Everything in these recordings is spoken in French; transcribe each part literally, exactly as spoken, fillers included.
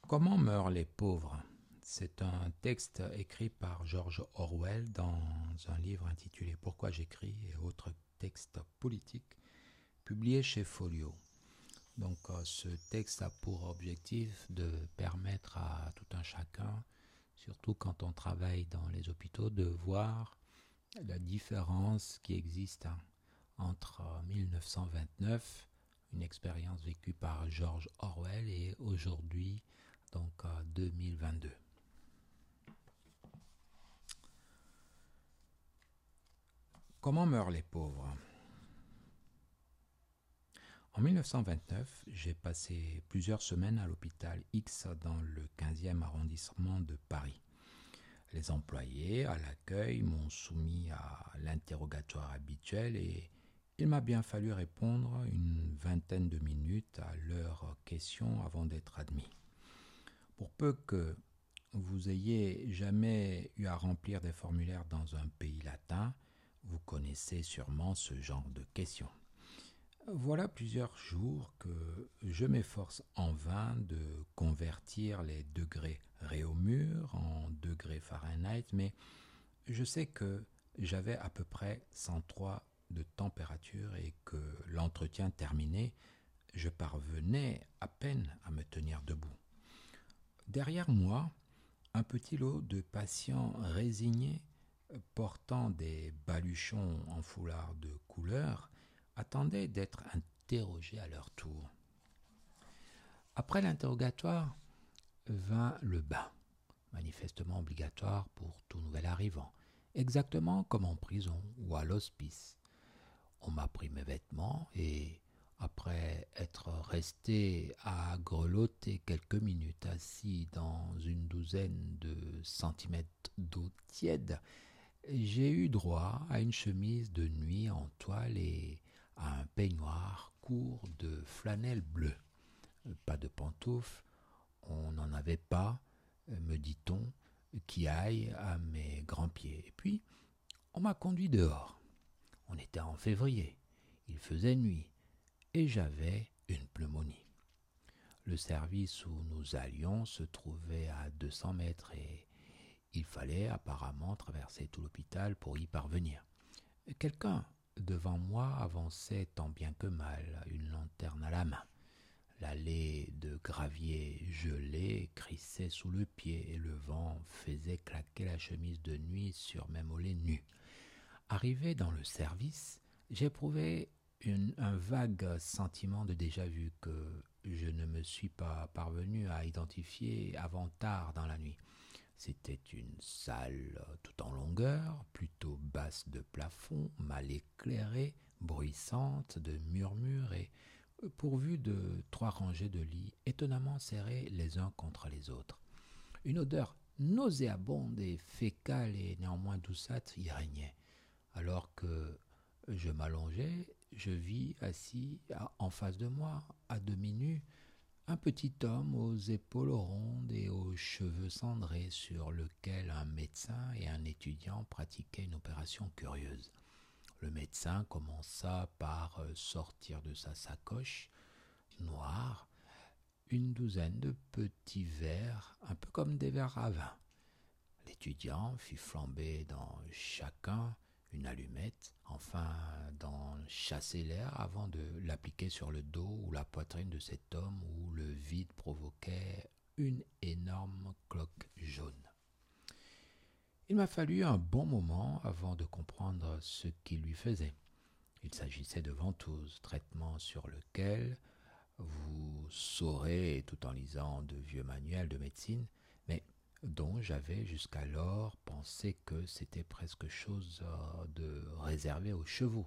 Comment meurent les pauvres? C'est un texte écrit par George Orwell dans un livre intitulé Pourquoi j'écris et autres textes politiques, publié chez Folio. Donc euh, ce texte a pour objectif de permettre à tout un chacun, surtout quand on travaille dans les hôpitaux, de voir la différence qui existe hein, entre mille neuf cent vingt-neuf, une expérience vécue par George Orwell, et aujourd'hui, donc euh, deux mille vingt-deux. Comment meurent les pauvres? En mille neuf cent vingt-neuf, j'ai passé plusieurs semaines à l'hôpital X dans le quinzième arrondissement de Paris. Les employés à l'accueil m'ont soumis à l'interrogatoire habituel et il m'a bien fallu répondre une vingtaine de minutes à leurs questions avant d'être admis. Pour peu que vous ayez jamais eu à remplir des formulaires dans un pays latin, vous connaissez sûrement ce genre de questions. Voilà plusieurs jours que je m'efforce en vain de convertir les degrés Réaumur en degrés Fahrenheit, mais je sais que j'avais à peu près cent trois de température et que l'entretien terminé, je parvenais à peine à me tenir debout. Derrière moi, un petit lot de patients résignés portant des baluchons en foulard de couleur attendaient d'être interrogés à leur tour. Après l'interrogatoire vint le bain, manifestement obligatoire pour tout nouvel arrivant, exactement comme en prison ou à l'hospice. On m'a pris mes vêtements et, après être resté à grelotter quelques minutes assis dans une douzaine de centimètres d'eau tiède, j'ai eu droit à une chemise de nuit en toile et à un peignoir court de flanelle bleue. Pas de pantoufles, on n'en avait pas, me dit-on, qui aille à mes grands pieds. Et puis, on m'a conduit dehors. On était en février, il faisait nuit, et j'avais une pneumonie. Le service où nous allions se trouvait à deux cents mètres et il fallait apparemment traverser tout l'hôpital pour y parvenir. Quelqu'un devant moi avançait tant bien que mal, une lanterne à la main. L'allée de gravier gelé crissait sous le pied et le vent faisait claquer la chemise de nuit sur mes mollets nus. Arrivé dans le service, j'éprouvais une, un vague sentiment de déjà-vu que je ne me suis pas parvenu à identifier avant tard dans la nuit. C'était une salle tout en longueur, plutôt basse de plafond, mal éclairée, bruissante de murmures et pourvue de trois rangées de lits étonnamment serrés les uns contre les autres. Une odeur nauséabonde et fécale et néanmoins douceâtre y régnait. Alors que je m'allongeais, je vis assis en face de moi, à demi nu, un petit homme aux épaules rondes et aux cheveux cendrés sur lequel un médecin et un étudiant pratiquaient une opération curieuse. Le médecin commença par sortir de sa sacoche noire une douzaine de petits verres, un peu comme des verres à vin. L'étudiant fit flamber dans chacun une allumette, enfin d'en chasser l'air avant de l'appliquer sur le dos ou la poitrine de cet homme où le vide provoquait une énorme cloque jaune. Il m'a fallu un bon moment avant de comprendre ce qu'il lui faisait. Il s'agissait de ventouses, traitement sur lequel vous saurez, tout en lisant de vieux manuels de médecine, mais dont j'avais jusqu'alors pensé que c'était presque chose de réservé aux chevaux.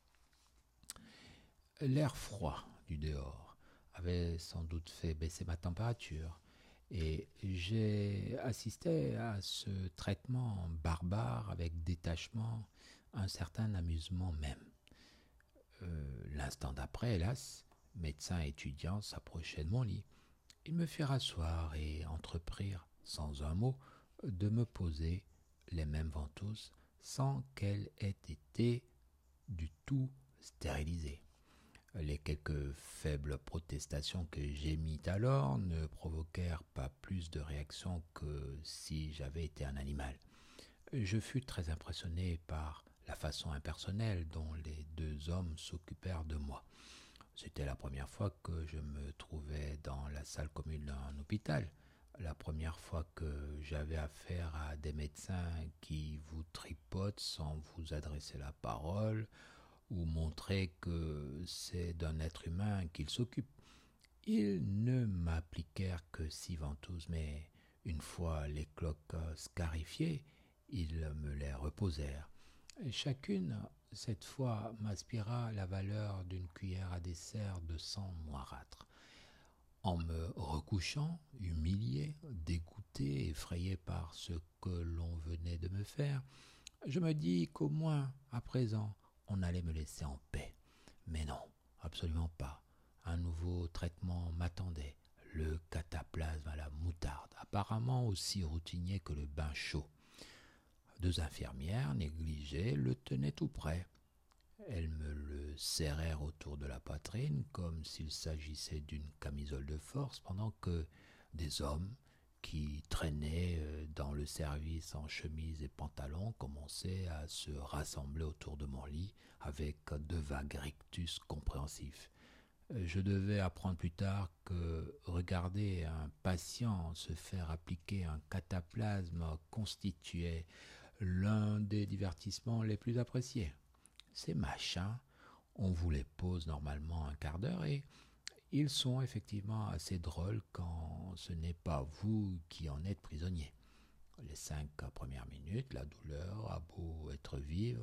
L'air froid du dehors avait sans doute fait baisser ma température, et j'ai assisté à ce traitement barbare avec détachement, un certain amusement même. Euh, l'instant d'après, hélas, médecin et étudiant s'approchaient de mon lit. Ils me firent asseoir et entreprirent, sans un mot, de me poser les mêmes ventouses sans qu'elles aient été du tout stérilisées. Les quelques faibles protestations que j'émis alors ne provoquèrent pas plus de réaction que si j'avais été un animal. Je fus très impressionné par la façon impersonnelle dont les deux hommes s'occupèrent de moi. C'était la première fois que je me trouvais dans la salle commune d'un hôpital, la première fois que j'avais affaire à des médecins qui vous tripotent sans vous adresser la parole ou montrer que c'est d'un être humain qu'ils s'occupent. Ils ne m'appliquèrent que six ventouses, mais une fois les cloques scarifiées, ils me les reposèrent. Et chacune, cette fois, m'aspira la valeur d'une cuillère à dessert de sang noirâtre. En me recouchant, humilié, dégoûté, effrayé par ce que l'on venait de me faire, je me dis qu'au moins, à présent, on allait me laisser en paix. Mais non, absolument pas. Un nouveau traitement m'attendait, le cataplasme à la moutarde, apparemment aussi routinier que le bain chaud. Deux infirmières négligées le tenaient tout près. Elles me le serrèrent autour de la poitrine comme s'il s'agissait d'une camisole de force, pendant que des hommes qui traînaient dans le service en chemise et pantalon commençaient à se rassembler autour de mon lit avec de vagues rictus compréhensifs. Je devais apprendre plus tard que regarder un patient se faire appliquer un cataplasme constituait l'un des divertissements les plus appréciés. Ces machins, on vous les pose normalement un quart d'heure et ils sont effectivement assez drôles quand ce n'est pas vous qui en êtes prisonnier. Les cinq premières minutes, la douleur a beau être vive,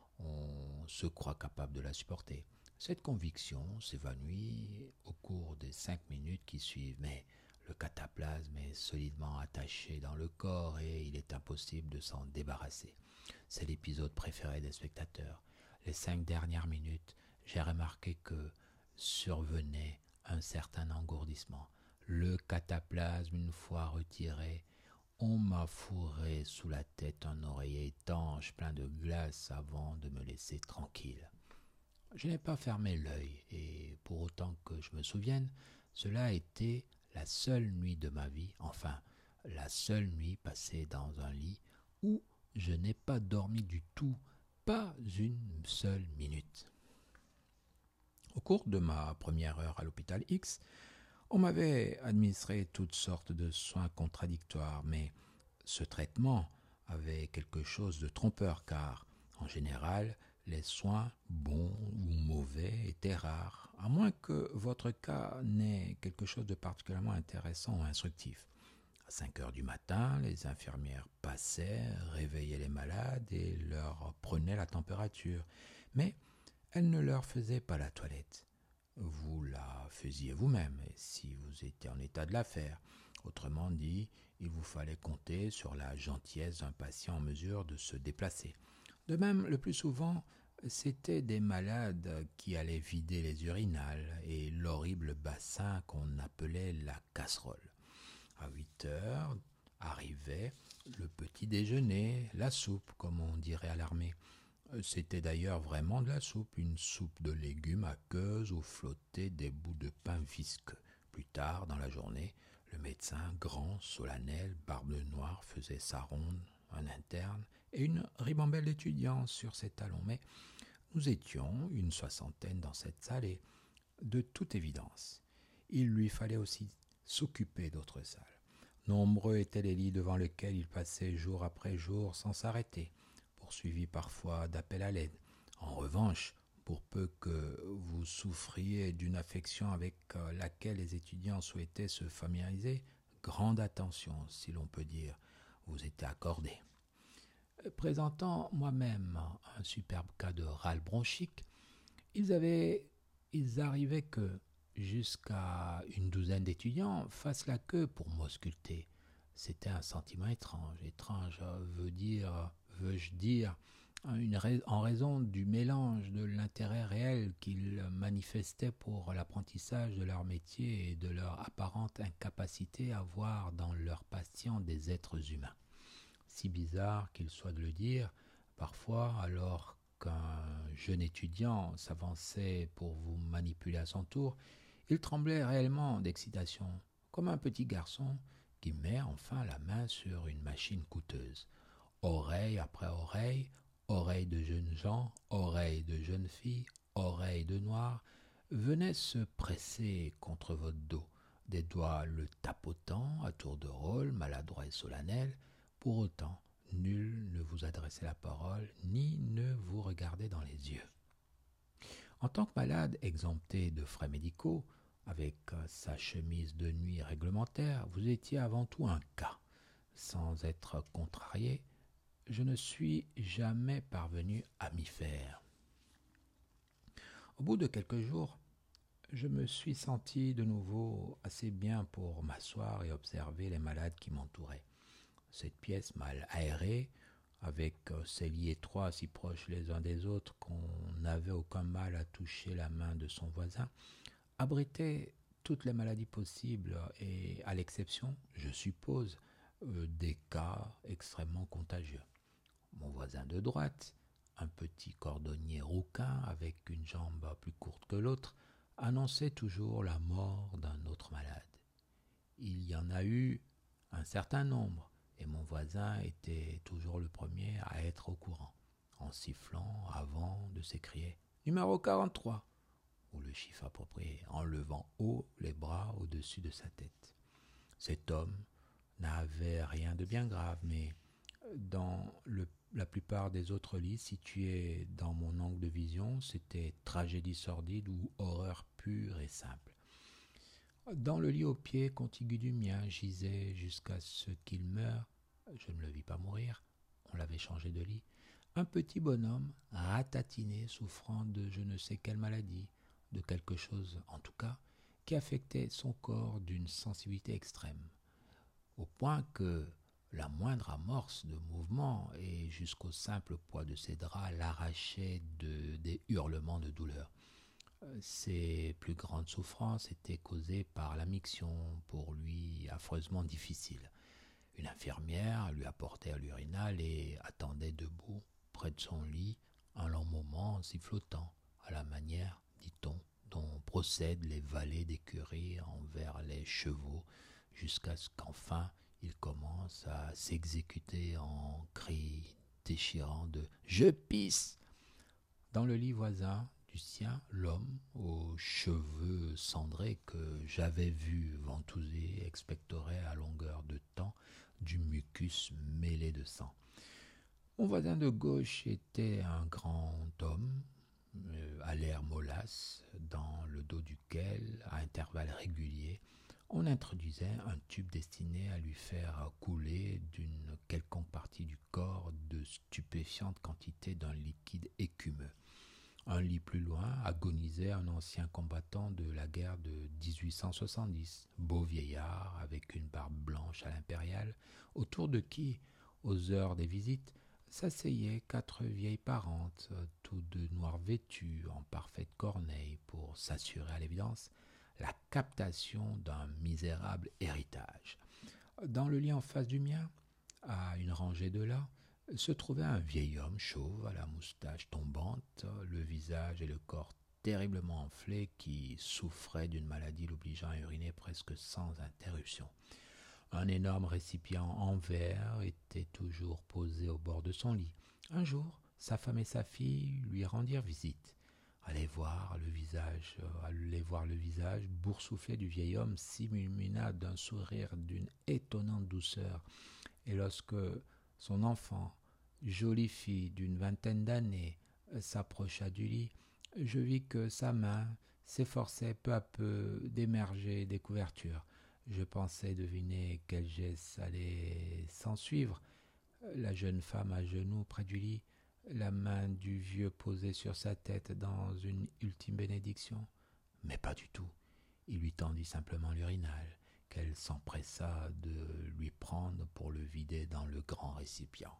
on se croit capable de la supporter. Cette conviction s'évanouit au cours des cinq minutes qui suivent, mais le cataplasme est solidement attaché dans le corps et il est impossible de s'en débarrasser. C'est l'épisode préféré des spectateurs. Les cinq dernières minutes, j'ai remarqué que survenait un certain engourdissement. Le cataplasme, une fois retiré, on m'a fourré sous la tête un oreiller étanche plein de glace avant de me laisser tranquille. Je n'ai pas fermé l'œil et pour autant que je me souvienne, cela a été la seule nuit de ma vie, enfin la seule nuit passée dans un lit où je n'ai pas dormi du tout, pas une seule minute. Au cours de ma première heure à l'hôpital X, on m'avait administré toutes sortes de soins contradictoires, mais ce traitement avait quelque chose de trompeur car, en général, les soins, bons ou mauvais, étaient rares, à moins que votre cas n'ait quelque chose de particulièrement intéressant ou instructif. À cinq heures du matin, les infirmières passaient, réveillaient les malades et leur prenaient la température. Mais elles ne leur faisaient pas la toilette. Vous la faisiez vous-même, et si vous étiez en état de la faire. Autrement dit, il vous fallait compter sur la gentillesse d'un patient en mesure de se déplacer. De même, le plus souvent, c'étaient des malades qui allaient vider les urinales et l'horrible bassin qu'on appelait la casserole. À huit heures arrivait le petit déjeuner, la soupe, comme on dirait à l'armée. C'était d'ailleurs vraiment de la soupe, une soupe de légumes aqueuse où flottaient des bouts de pain visqueux. Plus tard, dans la journée, le médecin, grand, solennel, barbe noire, faisait sa ronde, un interne, et une ribambelle d'étudiants sur ses talons. Mais nous étions une soixantaine dans cette salle et, de toute évidence, il lui fallait aussi s'occuper d'autres salles. Nombreux étaient les lits devant lesquels il passait jour après jour sans s'arrêter, poursuivi parfois d'appels à l'aide. En revanche, pour peu que vous souffriez d'une affection avec laquelle les étudiants souhaitaient se familiariser, grande attention, si l'on peut dire, vous était accordée. Présentant moi-même un superbe cas de râle bronchique, ils avaient, ils arrivaient que jusqu'à une douzaine d'étudiants fassent la queue pour m'ausculter. C'était un sentiment étrange. Étrange veut dire, veux-je dire, une rais- en raison du mélange de l'intérêt réel qu'ils manifestaient pour l'apprentissage de leur métier et de leur apparente incapacité à voir dans leurs patients des êtres humains. Si bizarre qu'il soit de le dire, parfois, alors qu'un jeune étudiant s'avançait pour vous manipuler à son tour, il tremblait réellement d'excitation, comme un petit garçon qui met enfin la main sur une machine coûteuse. Oreille après oreille, oreilles de jeunes gens, oreilles de jeunes filles, oreilles de noirs, venaient se presser contre votre dos, des doigts le tapotant à tour de rôle, maladroit et solennel. Pour autant, nul ne vous adressait la parole, ni ne vous regardait dans les yeux. En tant que malade exempté de frais médicaux, avec sa chemise de nuit réglementaire, vous étiez avant tout un cas. Sans être contrarié, je ne suis jamais parvenu à m'y faire. Au bout de quelques jours, je me suis senti de nouveau assez bien pour m'asseoir et observer les malades qui m'entouraient. Cette pièce mal aérée, avec ses lits étroits si proches les uns des autres qu'on n'avait aucun mal à toucher la main de son voisin, abritait toutes les maladies possibles et, à l'exception, je suppose, euh, des cas extrêmement contagieux. Mon voisin de droite, un petit cordonnier rouquin avec une jambe plus courte que l'autre, annonçait toujours la mort d'un autre malade. Il y en a eu un certain nombre, et mon voisin était toujours le premier à être au courant, en sifflant avant de s'écrier « Numéro quarante-trois » ou le chiffre approprié, en levant haut les bras au-dessus de sa tête. Cet homme n'avait rien de bien grave, mais dans le, la plupart des autres lits situés dans mon angle de vision, c'était tragédie sordide ou horreur pure et simple. Dans le lit au pied contigu du mien gisait jusqu'à ce qu'il meure, je ne le vis pas mourir, on l'avait changé de lit, un petit bonhomme ratatiné souffrant de je ne sais quelle maladie, de quelque chose en tout cas, qui affectait son corps d'une sensibilité extrême, au point que la moindre amorce de mouvement et jusqu'au simple poids de ses draps l'arrachait de, des hurlements de douleur. Ses plus grandes souffrances étaient causées par la miction, pour lui affreusement difficile. Une infirmière lui apportait à l'urinal et attendait debout près de son lit un long moment sifflotant, à la manière, dit-on, dont procèdent les valets d'écurie envers les chevaux, jusqu'à ce qu'enfin il commence à s'exécuter en cris déchirants de « Je pisse !» Dans le lit voisin du sien, l'homme aux cheveux cendrés que j'avais vu ventouser expectorait à longueur de temps du mucus mêlé de sang. Mon voisin de gauche était un grand homme, euh, à l'air mollasse, dans le dos duquel, à intervalles réguliers, on introduisait un tube destiné à lui faire couler d'une quelconque partie du corps de stupéfiantes quantités d'un liquide écumeux. Un lit plus loin agonisait un ancien combattant de la guerre de dix-huit cent soixante-dix, beau vieillard avec une barbe blanche à l'impériale, autour de qui, aux heures des visites, s'asseyaient quatre vieilles parentes, toutes de noir vêtues, en parfaite corneille, pour s'assurer à l'évidence la captation d'un misérable héritage. Dans le lit en face du mien, à une rangée de là, se trouvait un vieil homme chauve à la moustache tombante, le visage et le corps terriblement enflés, qui souffrait d'une maladie l'obligeant à uriner presque sans interruption. Un énorme récipient en verre était toujours posé au bord de son lit. Un jour, sa femme et sa fille lui rendirent visite. Allez voir le visage, allez voir le visage boursouflé du vieil homme s'illumina d'un sourire d'une étonnante douceur. Et lorsque son enfant, jolie fille d'une vingtaine d'années, s'approcha du lit, je vis que sa main s'efforçait peu à peu d'émerger des couvertures. Je pensais deviner quel geste allait s'ensuivre. La jeune femme à genoux près du lit, la main du vieux posée sur sa tête dans une ultime bénédiction. Mais pas du tout. Il lui tendit simplement l'urinal, qu'elle s'empressa de lui prendre pour le vider dans le grand récipient.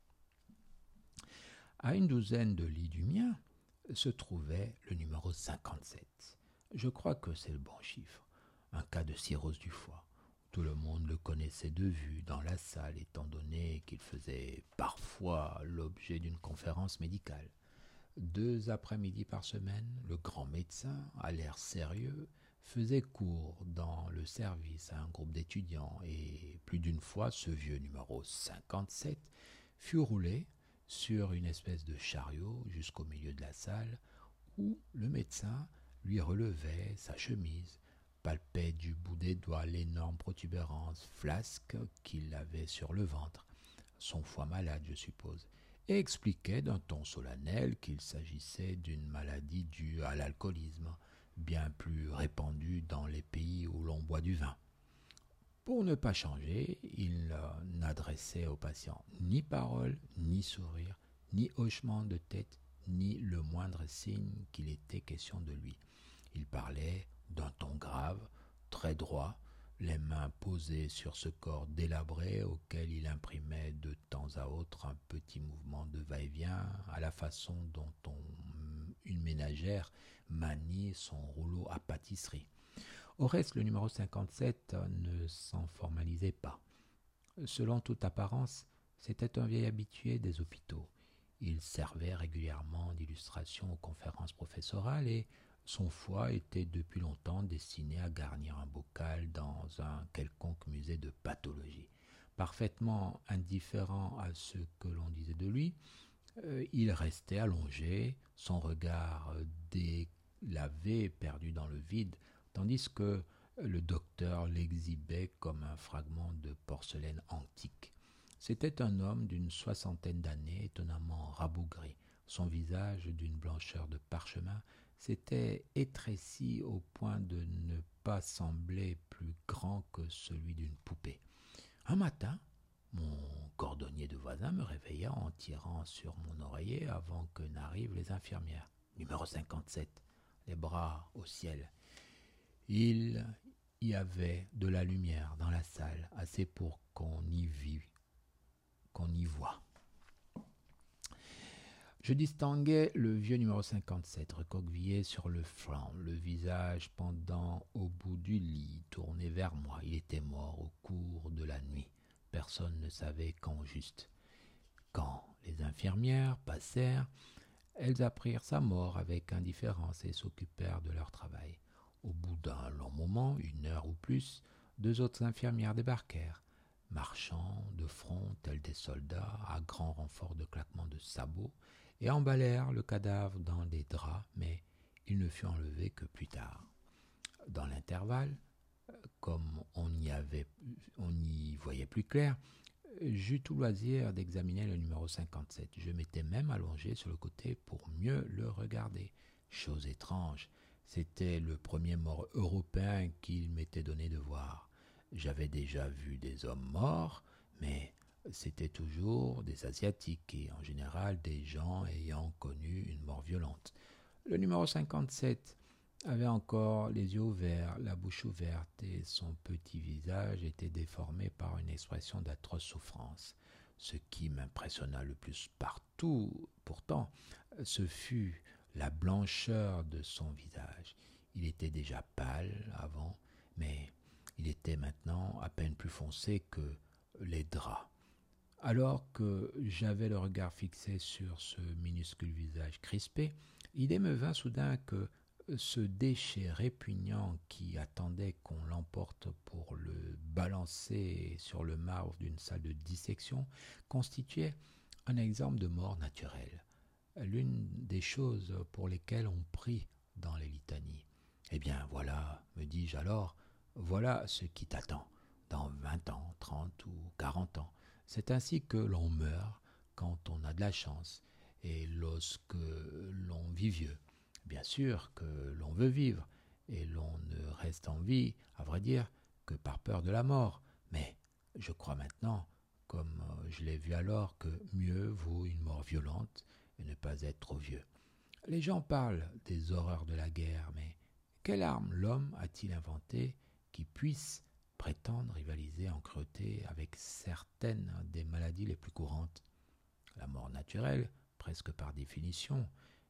À une douzaine de lits du mien se trouvait le numéro cinquante-sept. Je crois que c'est le bon chiffre. Un cas de cirrhose du foie. Tout le monde le connaissait de vue dans la salle, étant donné qu'il faisait parfois l'objet d'une conférence médicale. Deux après-midi par semaine, le grand médecin, à l'air sérieux, faisait cours dans le service à un groupe d'étudiants et plus d'une fois ce vieux numéro cinquante-sept fut roulé sur une espèce de chariot jusqu'au milieu de la salle où le médecin lui relevait sa chemise, palpait du bout des doigts l'énorme protubérance flasque qu'il avait sur le ventre, son foie malade je suppose, et expliquait d'un ton solennel qu'il s'agissait d'une maladie due à l'alcoolisme, bien plus répandue dans les pays où l'on boit du vin. Pour ne pas changer, il n'adressait au patient ni parole, ni sourire, ni hochement de tête, ni le moindre signe qu'il était question de lui. Il parlait d'un ton grave, très droit, les mains posées sur ce corps délabré auquel il imprimait de temps à autre un petit mouvement de va-et-vient à la façon dont on, une ménagère manie son rouleau à pâtisserie. Au reste, le numéro cinquante-sept ne s'en formalisait pas. Selon toute apparence, c'était un vieil habitué des hôpitaux. Il servait régulièrement d'illustration aux conférences professorales et son foie était depuis longtemps destiné à garnir un bocal dans un quelconque musée de pathologie. Parfaitement indifférent à ce que l'on disait de lui, euh, il restait allongé, son regard délavé, perdu dans le vide, tandis que le docteur l'exhibait comme un fragment de porcelaine antique. C'était un homme d'une soixantaine d'années, étonnamment rabougri. Son visage, d'une blancheur de parchemin, s'était étréci au point de ne pas sembler plus grand que celui d'une poupée. Un matin, mon cordonnier de voisin me réveilla en tirant sur mon oreiller avant que n'arrivent les infirmières. Numéro cinquante-sept, les bras au ciel. Il y avait de la lumière dans la salle, assez pour qu'on y vît, qu'on y voit. Je distinguais le vieux numéro cinquante-sept, recroquevillé sur le flanc, le visage pendant au bout du lit, tourné vers moi. Il était mort au cours de la nuit. Personne ne savait quand juste. Quand les infirmières passèrent, elles apprirent sa mort avec indifférence et s'occupèrent de leur travail. Au bout d'un long moment, une heure ou plus, deux autres infirmières débarquèrent, marchant de front tels des soldats, à grand renfort de claquements de sabots, et emballèrent le cadavre dans des draps, mais il ne fut enlevé que plus tard. Dans l'intervalle, comme on y avait, on y voyait plus clair, j'eus tout loisir d'examiner le numéro cinquante-sept. Je m'étais même allongé sur le côté pour mieux le regarder. Chose étrange, c'était le premier mort européen qu'il m'était donné de voir. J'avais déjà vu des hommes morts, mais c'était toujours des Asiatiques et en général des gens ayant connu une mort violente. Le numéro cinquante-sept avait encore les yeux ouverts, la bouche ouverte, et son petit visage était déformé par une expression d'atroce souffrance. Ce qui m'impressionna le plus partout, pourtant, ce fut la blancheur de son visage. Il était déjà pâle avant, mais il était maintenant à peine plus foncé que les draps. Alors que j'avais le regard fixé sur ce minuscule visage crispé, l'idée me vint soudain que ce déchet répugnant qui attendait qu'on l'emporte pour le balancer sur le marbre d'une salle de dissection constituait un exemple de mort naturelle, l'une des choses pour lesquelles on prie dans les litanies. Eh bien voilà, me dis-je alors, voilà ce qui t'attend dans vingt ans, trente ou quarante ans. C'est ainsi que l'on meurt quand on a de la chance et lorsque l'on vit vieux. Bien sûr que l'on veut vivre et l'on ne reste en vie, à vrai dire, que par peur de la mort. Mais je crois maintenant, comme je l'ai vu alors, que mieux vaut une mort violente et ne pas être trop vieux. Les gens parlent des horreurs de la guerre, mais quelle arme l'homme a-t-il inventée qui puisse prétendre rivaliser en cruauté avec certaines des maladies les plus courantes? La mort naturelle, presque par définition,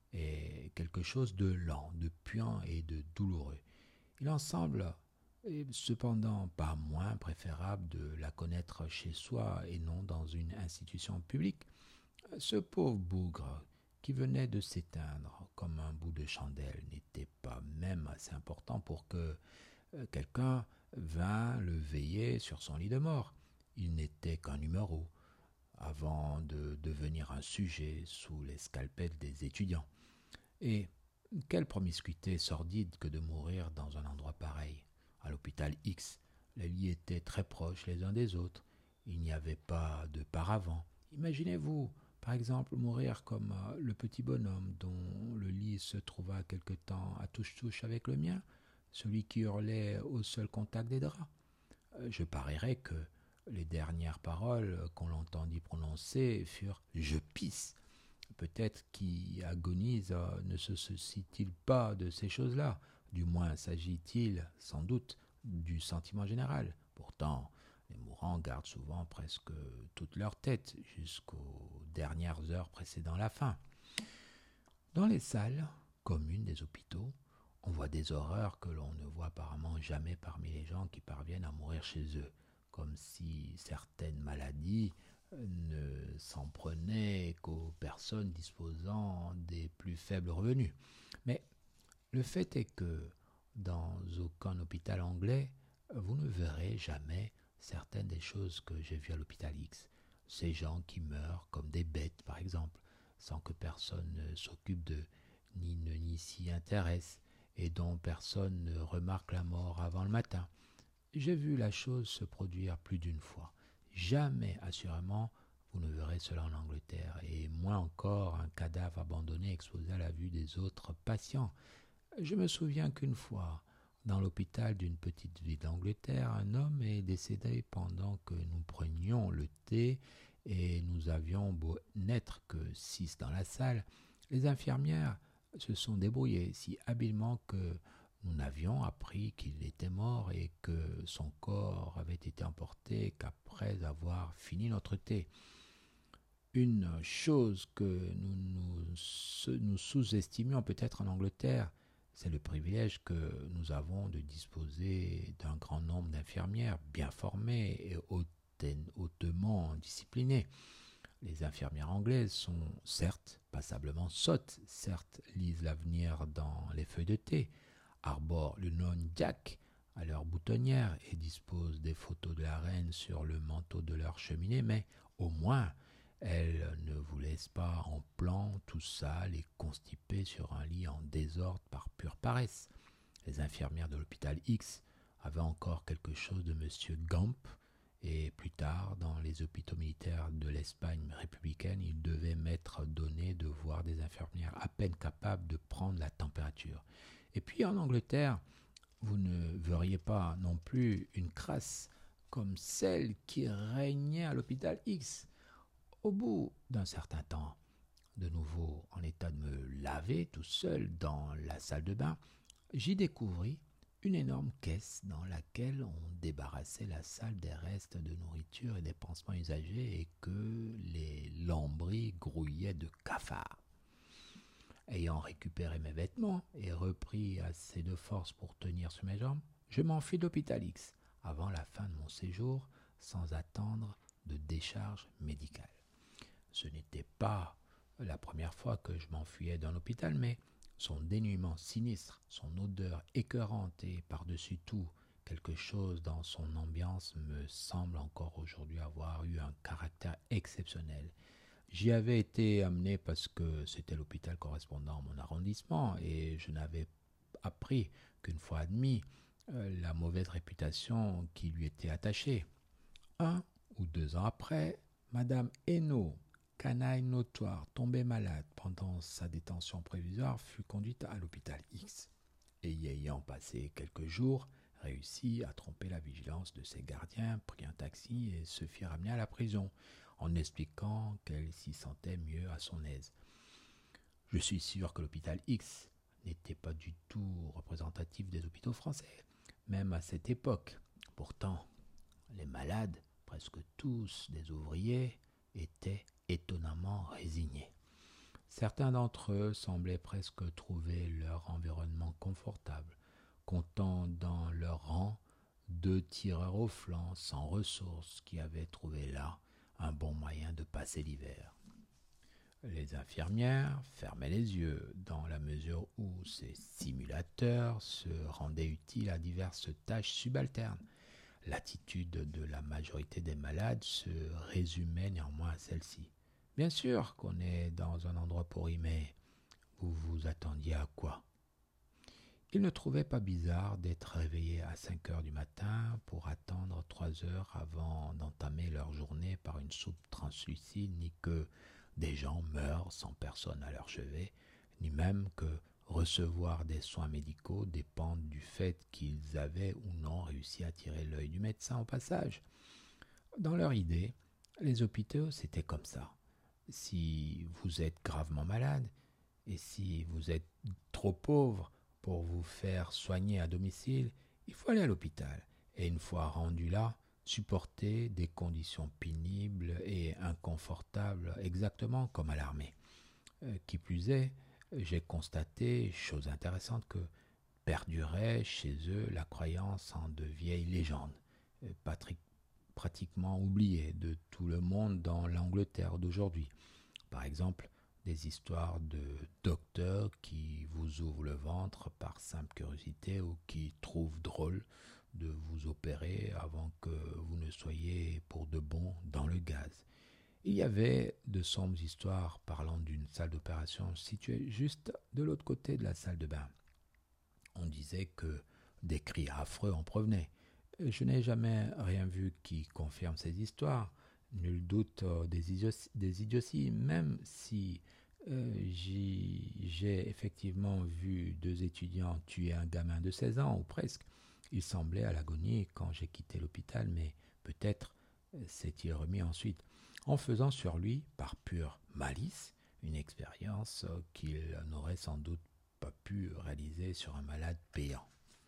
est quelque chose de lent, de puant et de douloureux. Il en semble cependant pas moins préférable de la connaître chez soi et non dans une institution publique. Ce pauvre bougre qui venait de s'éteindre comme un bout de chandelle n'était pas même assez important pour que euh, quelqu'un vînt le veiller sur son lit de mort. Il n'était qu'un numéro, avant de devenir un sujet sous les scalpels des étudiants. Et quelle promiscuité sordide que de mourir dans un endroit pareil. À l'hôpital X, les lits étaient très proches les uns des autres. Il n'y avait pas de paravent. Imaginez-vous, par exemple, mourir comme euh, le petit bonhomme dont le lit se trouva quelque temps à touche-touche avec le mien, celui qui hurlait au seul contact des draps. Euh, Je parierais que les dernières paroles qu'on l'entendit prononcer furent « Je pisse ». Peut-être qui agonise euh, ne se soucie-t-il pas de ces choses-là. Du moins s'agit-il, sans doute, du sentiment général. Pourtant, les mourants gardent souvent presque toute leur tête jusqu'aux dernières heures précédant la fin. Dans les salles communes des hôpitaux, on voit des horreurs que l'on ne voit apparemment jamais parmi les gens qui parviennent à mourir chez eux, comme si certaines maladies ne s'en prenaient qu'aux personnes disposant des plus faibles revenus. Mais le fait est que dans aucun hôpital anglais, vous ne verrez jamais certaines des choses que j'ai vues à l'hôpital X. Ces gens qui meurent comme des bêtes, par exemple, sans que personne ne s'occupe d'eux, ni ne n'y s'y intéresse, et dont personne ne remarque la mort avant le matin. J'ai vu la chose se produire plus d'une fois. Jamais, assurément, vous ne verrez cela en Angleterre, et moins encore un cadavre abandonné exposé à la vue des autres patients. Je me souviens qu'une fois, dans l'hôpital d'une petite ville d'Angleterre, un homme est décédé pendant que nous prenions le thé, et nous avions beau n'être que six dans la salle. Les infirmières se sont débrouillées si habilement que nous n'avions appris qu'il était mort et que son corps avait été emporté qu'après avoir fini notre thé. Une chose que nous nous, nous sous-estimions peut-être en Angleterre, c'est le privilège que nous avons de disposer d'un grand nombre d'infirmières bien formées et hautement disciplinées. Les infirmières anglaises sont certes passablement sottes, certes lisent l'avenir dans les feuilles de thé, arborent le nom Jack à leur boutonnière et disposent des photos de la reine sur le manteau de leur cheminée, mais au moins elles ne vous laissent pas en plan tout sale et constipé sur un lit en désordre par pure paresse. Les infirmières de l'hôpital X avaient encore quelque chose de monsieur Gamp, et plus tard, dans les hôpitaux militaires de l'Espagne républicaine, il devait m'être donné de voir des infirmières à peine capables de prendre la température. Et puis en Angleterre, vous ne verriez pas non plus une crasse comme celle qui régnait à l'hôpital X. Au bout d'un certain temps, de nouveau en état de me laver tout seul dans la salle de bain, j'y découvris une énorme caisse dans laquelle on débarrassait la salle des restes de nourriture et des pansements usagés et que les lambris grouillaient de cafards. Ayant récupéré mes vêtements et repris assez de force pour tenir sur mes jambes, je m'enfuis d'hôpital X avant la fin de mon séjour sans attendre de décharge médicale. Ce n'était pas la première fois que je m'enfuyais d'un hôpital, mais son dénuement sinistre, son odeur écœurante et par-dessus tout quelque chose dans son ambiance me semble encore aujourd'hui avoir eu un caractère exceptionnel. J'y avais été amené parce que c'était l'hôpital correspondant à mon arrondissement et je n'avais appris qu'une fois admis euh, la mauvaise réputation qui lui était attachée. Un ou deux ans après, Madame Hainaut, canaille notoire, tombée malade pendant sa détention provisoire, fut conduite à l'hôpital X et y ayant passé quelques jours, réussit à tromper la vigilance de ses gardiens, prit un taxi et se fit ramener à la prison, en expliquant qu'elle s'y sentait mieux à son aise. Je suis sûr que l'hôpital X n'était pas du tout représentatif des hôpitaux français, même à cette époque. Pourtant, les malades, presque tous des ouvriers, étaient étonnamment résignés. Certains d'entre eux semblaient presque trouver leur environnement confortable, comptant dans leur rang deux tireurs au flanc sans ressources qui avaient trouvé là un bon moyen de passer l'hiver. Les infirmières fermaient les yeux dans la mesure où ces simulateurs se rendaient utiles à diverses tâches subalternes. L'attitude de la majorité des malades se résumait néanmoins à celle-ci. Bien sûr qu'on est dans un endroit pourri, mais vous vous attendiez à quoi? Ils ne trouvaient pas bizarre d'être réveillés à cinq heures du matin pour attendre trois heures avant d'entamer leur journée par une soupe translucide, ni que des gens meurent sans personne à leur chevet, ni même que recevoir des soins médicaux dépendent du fait qu'ils avaient ou non réussi à tirer l'œil du médecin au passage. Dans leur idée, les hôpitaux, c'était comme ça. Si vous êtes gravement malade, et si vous êtes trop pauvre pour vous faire soigner à domicile, il faut aller à l'hôpital. Et une fois rendu là, supporter des conditions pénibles et inconfortables, exactement comme à l'armée. Euh, qui plus est, j'ai constaté, chose intéressante, que perdurait chez eux la croyance en de vieilles légendes, euh, patri- pratiquement oubliées de tout le monde dans l'Angleterre d'aujourd'hui. Par exemple, des histoires de docteurs qui vous ouvrent le ventre par simple curiosité ou qui trouvent drôle de vous opérer avant que vous ne soyez pour de bon dans le gaz. Il y avait de sombres histoires parlant d'une salle d'opération située juste de l'autre côté de la salle de bain. On disait que des cris affreux en provenaient. Je n'ai jamais rien vu qui confirme ces histoires. Nul doute euh, des, idioties, des idioties, même si euh, j'ai effectivement vu deux étudiants tuer un gamin de seize ans, ou presque. Il semblait à l'agonie quand j'ai quitté l'hôpital, mais peut-être euh, s'est-il remis ensuite, en faisant sur lui, par pure malice, une expérience euh, qu'il n'aurait sans doute pas pu réaliser sur un malade péant.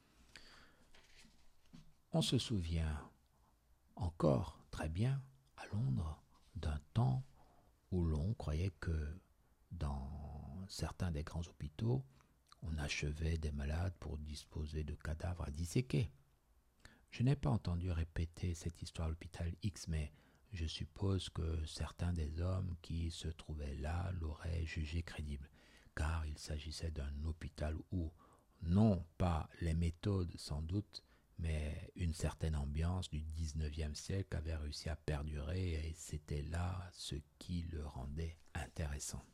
On se souvient encore très bien à Londres d'un temps où l'on croyait que dans certains des grands hôpitaux, on achevait des malades pour disposer de cadavres à disséquer. Je n'ai pas entendu répéter cette histoire à l'hôpital X, mais je suppose que certains des hommes qui se trouvaient là l'auraient jugé crédible, car il s'agissait d'un hôpital où, non pas les méthodes sans doute, mais une certaine ambiance du dix-neuvième siècle avait réussi à perdurer et c'était là ce qui le rendait intéressant.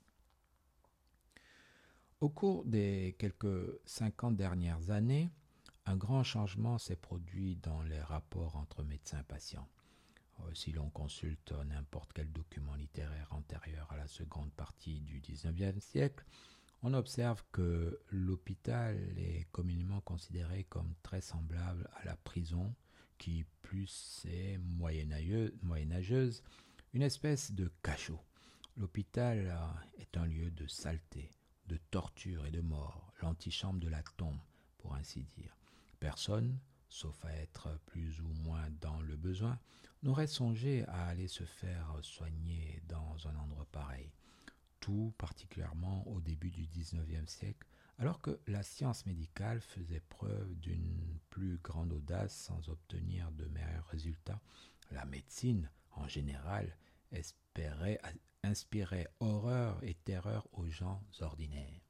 Au cours des quelques cinquante dernières années, un grand changement s'est produit dans les rapports entre médecins et patients. Si l'on consulte n'importe quel document littéraire antérieur à la seconde partie du dix-neuvième siècle, on observe que l'hôpital est communément considéré comme très semblable à la prison, qui plus est moyenâgeuse, une espèce de cachot. L'hôpital est un lieu de saleté, de torture et de mort, l'antichambre de la tombe, pour ainsi dire. Personne, sauf à être plus ou moins dans le besoin, n'aurait songé à aller se faire soigner dans un endroit pareil. Tout particulièrement au début du dix-neuvième siècle, alors que la science médicale faisait preuve d'une plus grande audace sans obtenir de meilleurs résultats. La médecine, en général, espérait, inspirait horreur et terreur aux gens ordinaires.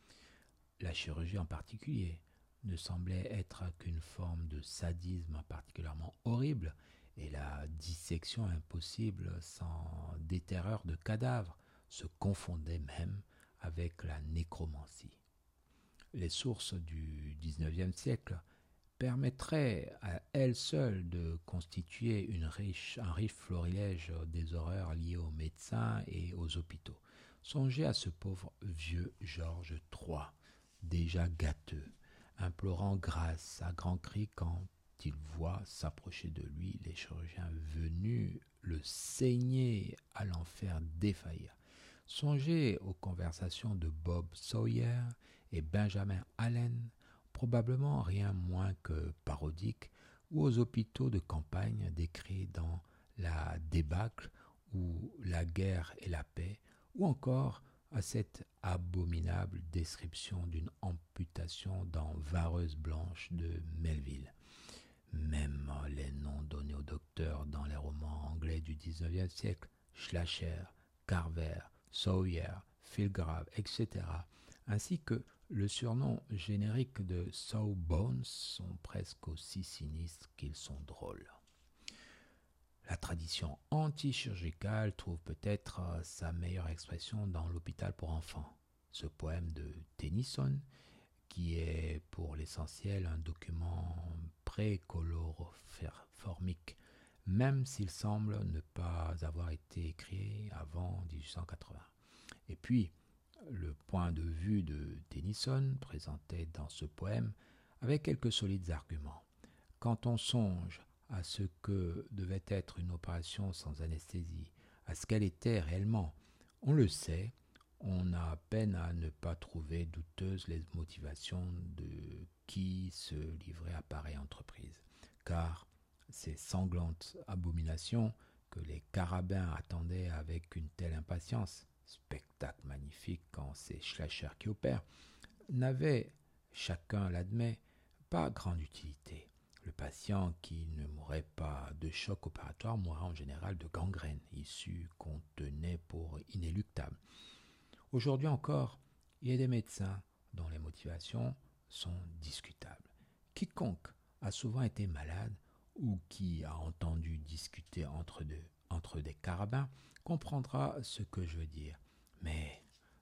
La chirurgie en particulier ne semblait être qu'une forme de sadisme particulièrement horrible, et la dissection impossible sans déterreur de cadavres se confondait même avec la nécromancie. Les sources du dix-neuvième siècle permettraient à elles seules de constituer une riche, un riche florilège des horreurs liées aux médecins et aux hôpitaux. Songez à ce pauvre vieux Georges trois, déjà gâteux, implorant grâce à grands cris quand il voit s'approcher de lui les chirurgiens venus le saigner à l'en faire défaillir. Songez aux conversations de Bob Sawyer et Benjamin Allen, probablement rien moins que parodiques, ou aux hôpitaux de campagne décrits dans La débâcle ou La guerre et la paix, ou encore à cette abominable description d'une amputation dans Vareuse blanche de Melville. Même les noms donnés aux docteurs dans les romans anglais du dix-neuvième siècle, Schleicher, Carver, Sawyer, Philgrave, et cetera, ainsi que le surnom générique de Sawbones sont presque aussi sinistres qu'ils sont drôles. La tradition anti-chirurgicale trouve peut-être sa meilleure expression dans L'Hôpital pour enfants, ce poème de Tennyson, qui est pour l'essentiel un document pré-coloroformique, même s'il semble ne pas avoir été écrit avant dix-huit cent quatre-vingts. Et puis, le point de vue de Tennyson, présenté dans ce poème, avec quelques solides arguments. Quand on songe à ce que devait être une opération sans anesthésie, à ce qu'elle était réellement, on le sait, on a peine à ne pas trouver douteuses les motivations de qui se livrait à pareille entreprise. Car ces sanglantes abominations que les carabins attendaient avec une telle impatience, spectacle magnifique quand c'est Schleicher qui opère, n'avaient, chacun l'admet, pas grande utilité. Le patient qui ne mourrait pas de choc opératoire mourrait en général de gangrène, issue qu'on tenait pour inéluctable. Aujourd'hui encore, il y a des médecins dont les motivations sont discutables. Quiconque a souvent été malade ou qui a entendu discuter entre, deux, entre des carabins comprendra ce que je veux dire. Mais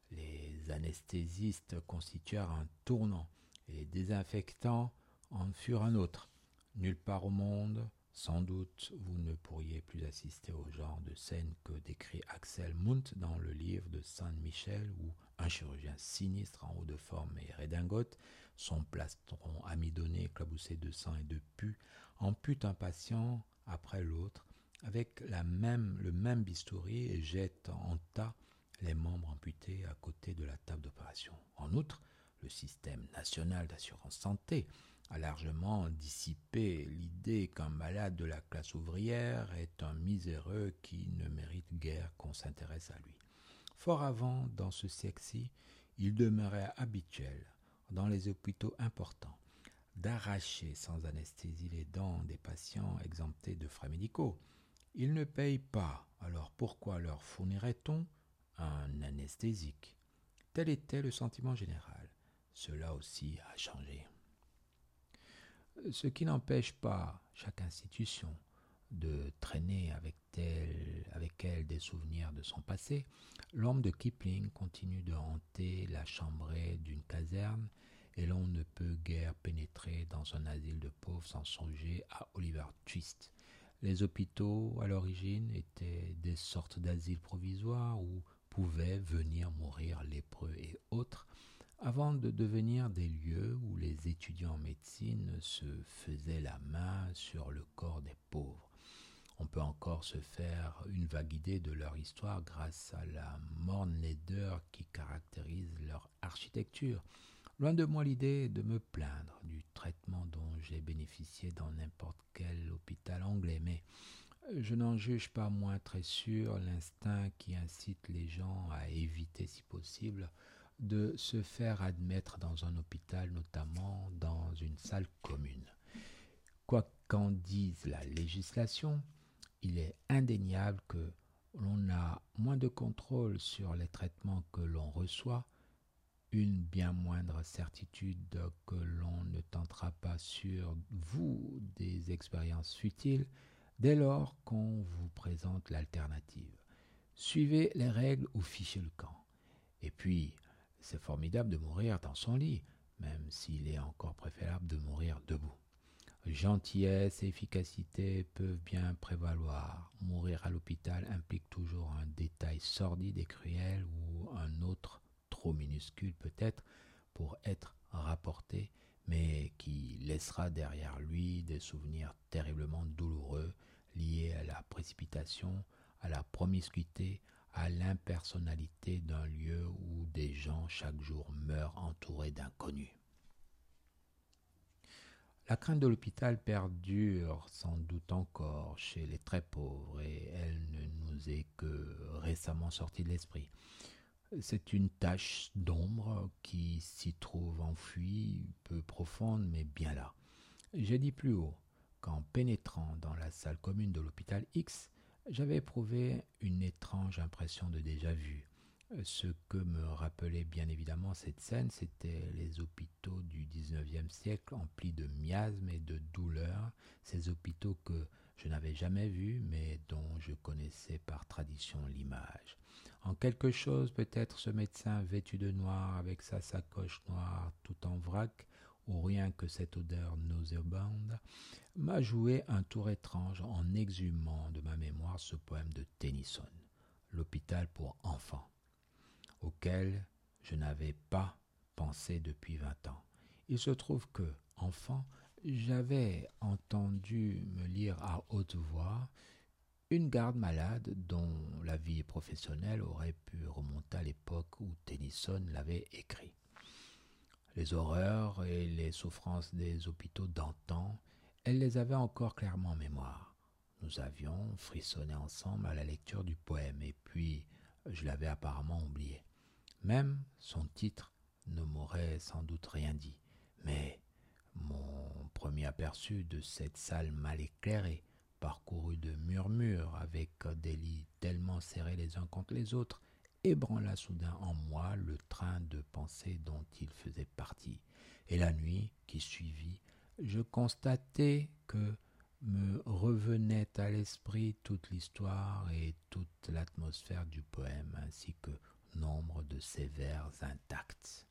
les anesthésistes constituèrent un tournant et les désinfectants en furent un autre. Nulle part au monde, sans doute, vous ne pourriez plus assister au genre de scène que décrit Axel Munthe dans le livre de Saint-Michel où un chirurgien sinistre en haut de forme et redingote, son plastron amidonné éclaboussé de sang et de pus, ampute un patient après l'autre avec la même, le même bistouri et jette en tas les membres amputés à côté de la table d'opération. En outre, le système national d'assurance santé a largement dissipé l'idée qu'un malade de la classe ouvrière est un miséreux qui ne mérite guère qu'on s'intéresse à lui. Fort avant, dans ce siècle-ci, il demeurait habituel, dans les hôpitaux importants, d'arracher sans anesthésie les dents des patients exemptés de frais médicaux. Ils ne payent pas, alors pourquoi leur fournirait-on un anesthésique? Tel était le sentiment général. Cela aussi a changé. Ce qui n'empêche pas chaque institution de traîner avec, tel, avec elle des souvenirs de son passé, l'ombre de Kipling continue de hanter la chambrée d'une caserne et l'on ne peut guère pénétrer dans un asile de pauvres sans songer à Oliver Twist. Les hôpitaux, à l'origine, étaient des sortes d'asiles provisoires où pouvaient venir mourir lépreux et autres, avant de devenir des lieux où les étudiants en médecine se faisaient la main sur le corps des pauvres. On peut encore se faire une vague idée de leur histoire grâce à la morne laideur qui caractérise leur architecture. Loin de moi l'idée de me plaindre du traitement dont j'ai bénéficié dans n'importe quel hôpital anglais, mais je n'en juge pas moins très sûr l'instinct qui incite les gens à éviter si possible de se faire admettre dans un hôpital, notamment dans une salle commune. Quoi qu'en dise la législation, il est indéniable que l'on a moins de contrôle sur les traitements que l'on reçoit, une bien moindre certitude que l'on ne tentera pas sur vous des expériences futiles dès lors qu'on vous présente l'alternative. Suivez les règles ou fichez le camp. Et puis, c'est formidable de mourir dans son lit, même s'il est encore préférable de mourir debout. Gentillesse et efficacité peuvent bien prévaloir. Mourir à l'hôpital implique toujours un détail sordide et cruel ou un autre, trop minuscule peut-être, pour être rapporté, mais qui laissera derrière lui des souvenirs terriblement douloureux liés à la précipitation, à la promiscuité, à l'impersonnalité d'un lieu où des gens chaque jour meurent entourés d'inconnus. La crainte de l'hôpital perdure sans doute encore chez les très pauvres et elle ne nous est que récemment sortie de l'esprit. C'est une tache d'ombre qui s'y trouve enfouie, peu profonde mais bien là. J'ai dit plus haut qu'en pénétrant dans la salle commune de l'hôpital X, j'avais éprouvé une étrange impression de déjà-vu, Ce que me rappelait bien évidemment cette scène, c'était les hôpitaux du dix-neuvième siècle emplis de miasmes et de douleurs, ces hôpitaux que je n'avais jamais vus mais dont je connaissais par tradition l'image. En quelque chose, peut-être ce médecin vêtu de noir avec sa sacoche noire tout en vrac, ou rien que cette odeur nauséabonde, m'a joué un tour étrange en exhumant de ma mémoire ce poème de Tennyson, L'hôpital pour enfants, auquel je n'avais pas pensé depuis vingt ans. Il se trouve que, enfant, j'avais entendu me lire à haute voix une garde malade dont la vie professionnelle aurait pu remonter à l'époque où Tennyson l'avait écrit. Les horreurs et les souffrances des hôpitaux d'antan, elle les avait encore clairement en mémoire. Nous avions frissonné ensemble à la lecture du poème, et puis je l'avais apparemment oublié. Même son titre ne m'aurait sans doute rien dit, mais mon premier aperçu de cette salle mal éclairée, parcourue de murmures avec des lits tellement serrés les uns contre les autres, ébranla soudain en moi le train de pensée dont il faisait partie. Et la nuit qui suivit, je constatai que me revenait à l'esprit toute l'histoire et toute l'atmosphère du poème, ainsi que nombre de ses vers intacts.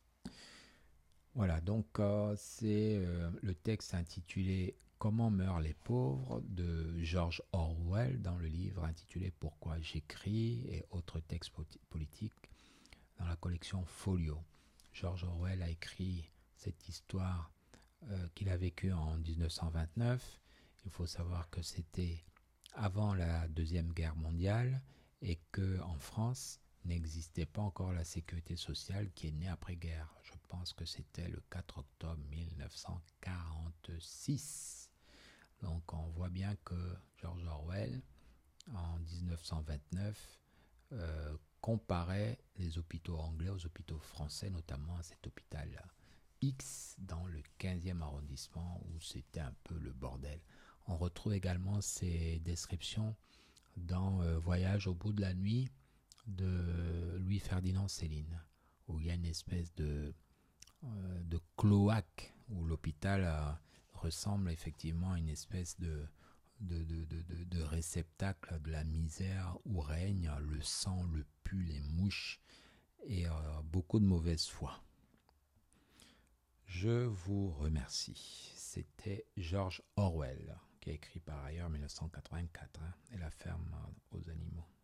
Voilà, donc euh, c'est euh, le texte intitulé Comment meurent les pauvres de George Orwell dans le livre intitulé Pourquoi j'écris et autres textes politiques dans la collection Folio. George Orwell a écrit cette histoire euh, qu'il a vécue en dix-neuf cent vingt-neuf. Il faut savoir que c'était avant la Deuxième Guerre mondiale et qu'en France n'existait pas encore la sécurité sociale qui est née après-guerre. Je pense que c'était le quatre octobre mille neuf cent quarante-six. Donc on voit bien que George Orwell, en dix-neuf cent vingt-neuf, euh, comparait les hôpitaux anglais aux hôpitaux français, notamment à cet hôpital X dans le quinzième arrondissement où c'était un peu le bordel. On retrouve également ces descriptions dans euh, Voyage au bout de la nuit de Louis-Ferdinand Céline, où il y a une espèce de, euh, de cloaque, où l'hôpital euh, ressemble effectivement à une espèce de, de, de, de, de, de réceptacle de la misère où règne le sang, le pu, les mouches et euh, beaucoup de mauvaise foi. Je vous remercie. C'était George Orwell, qui a écrit par ailleurs en mille neuf cent quatre-vingt-quatre, hein, et La ferme aux animaux.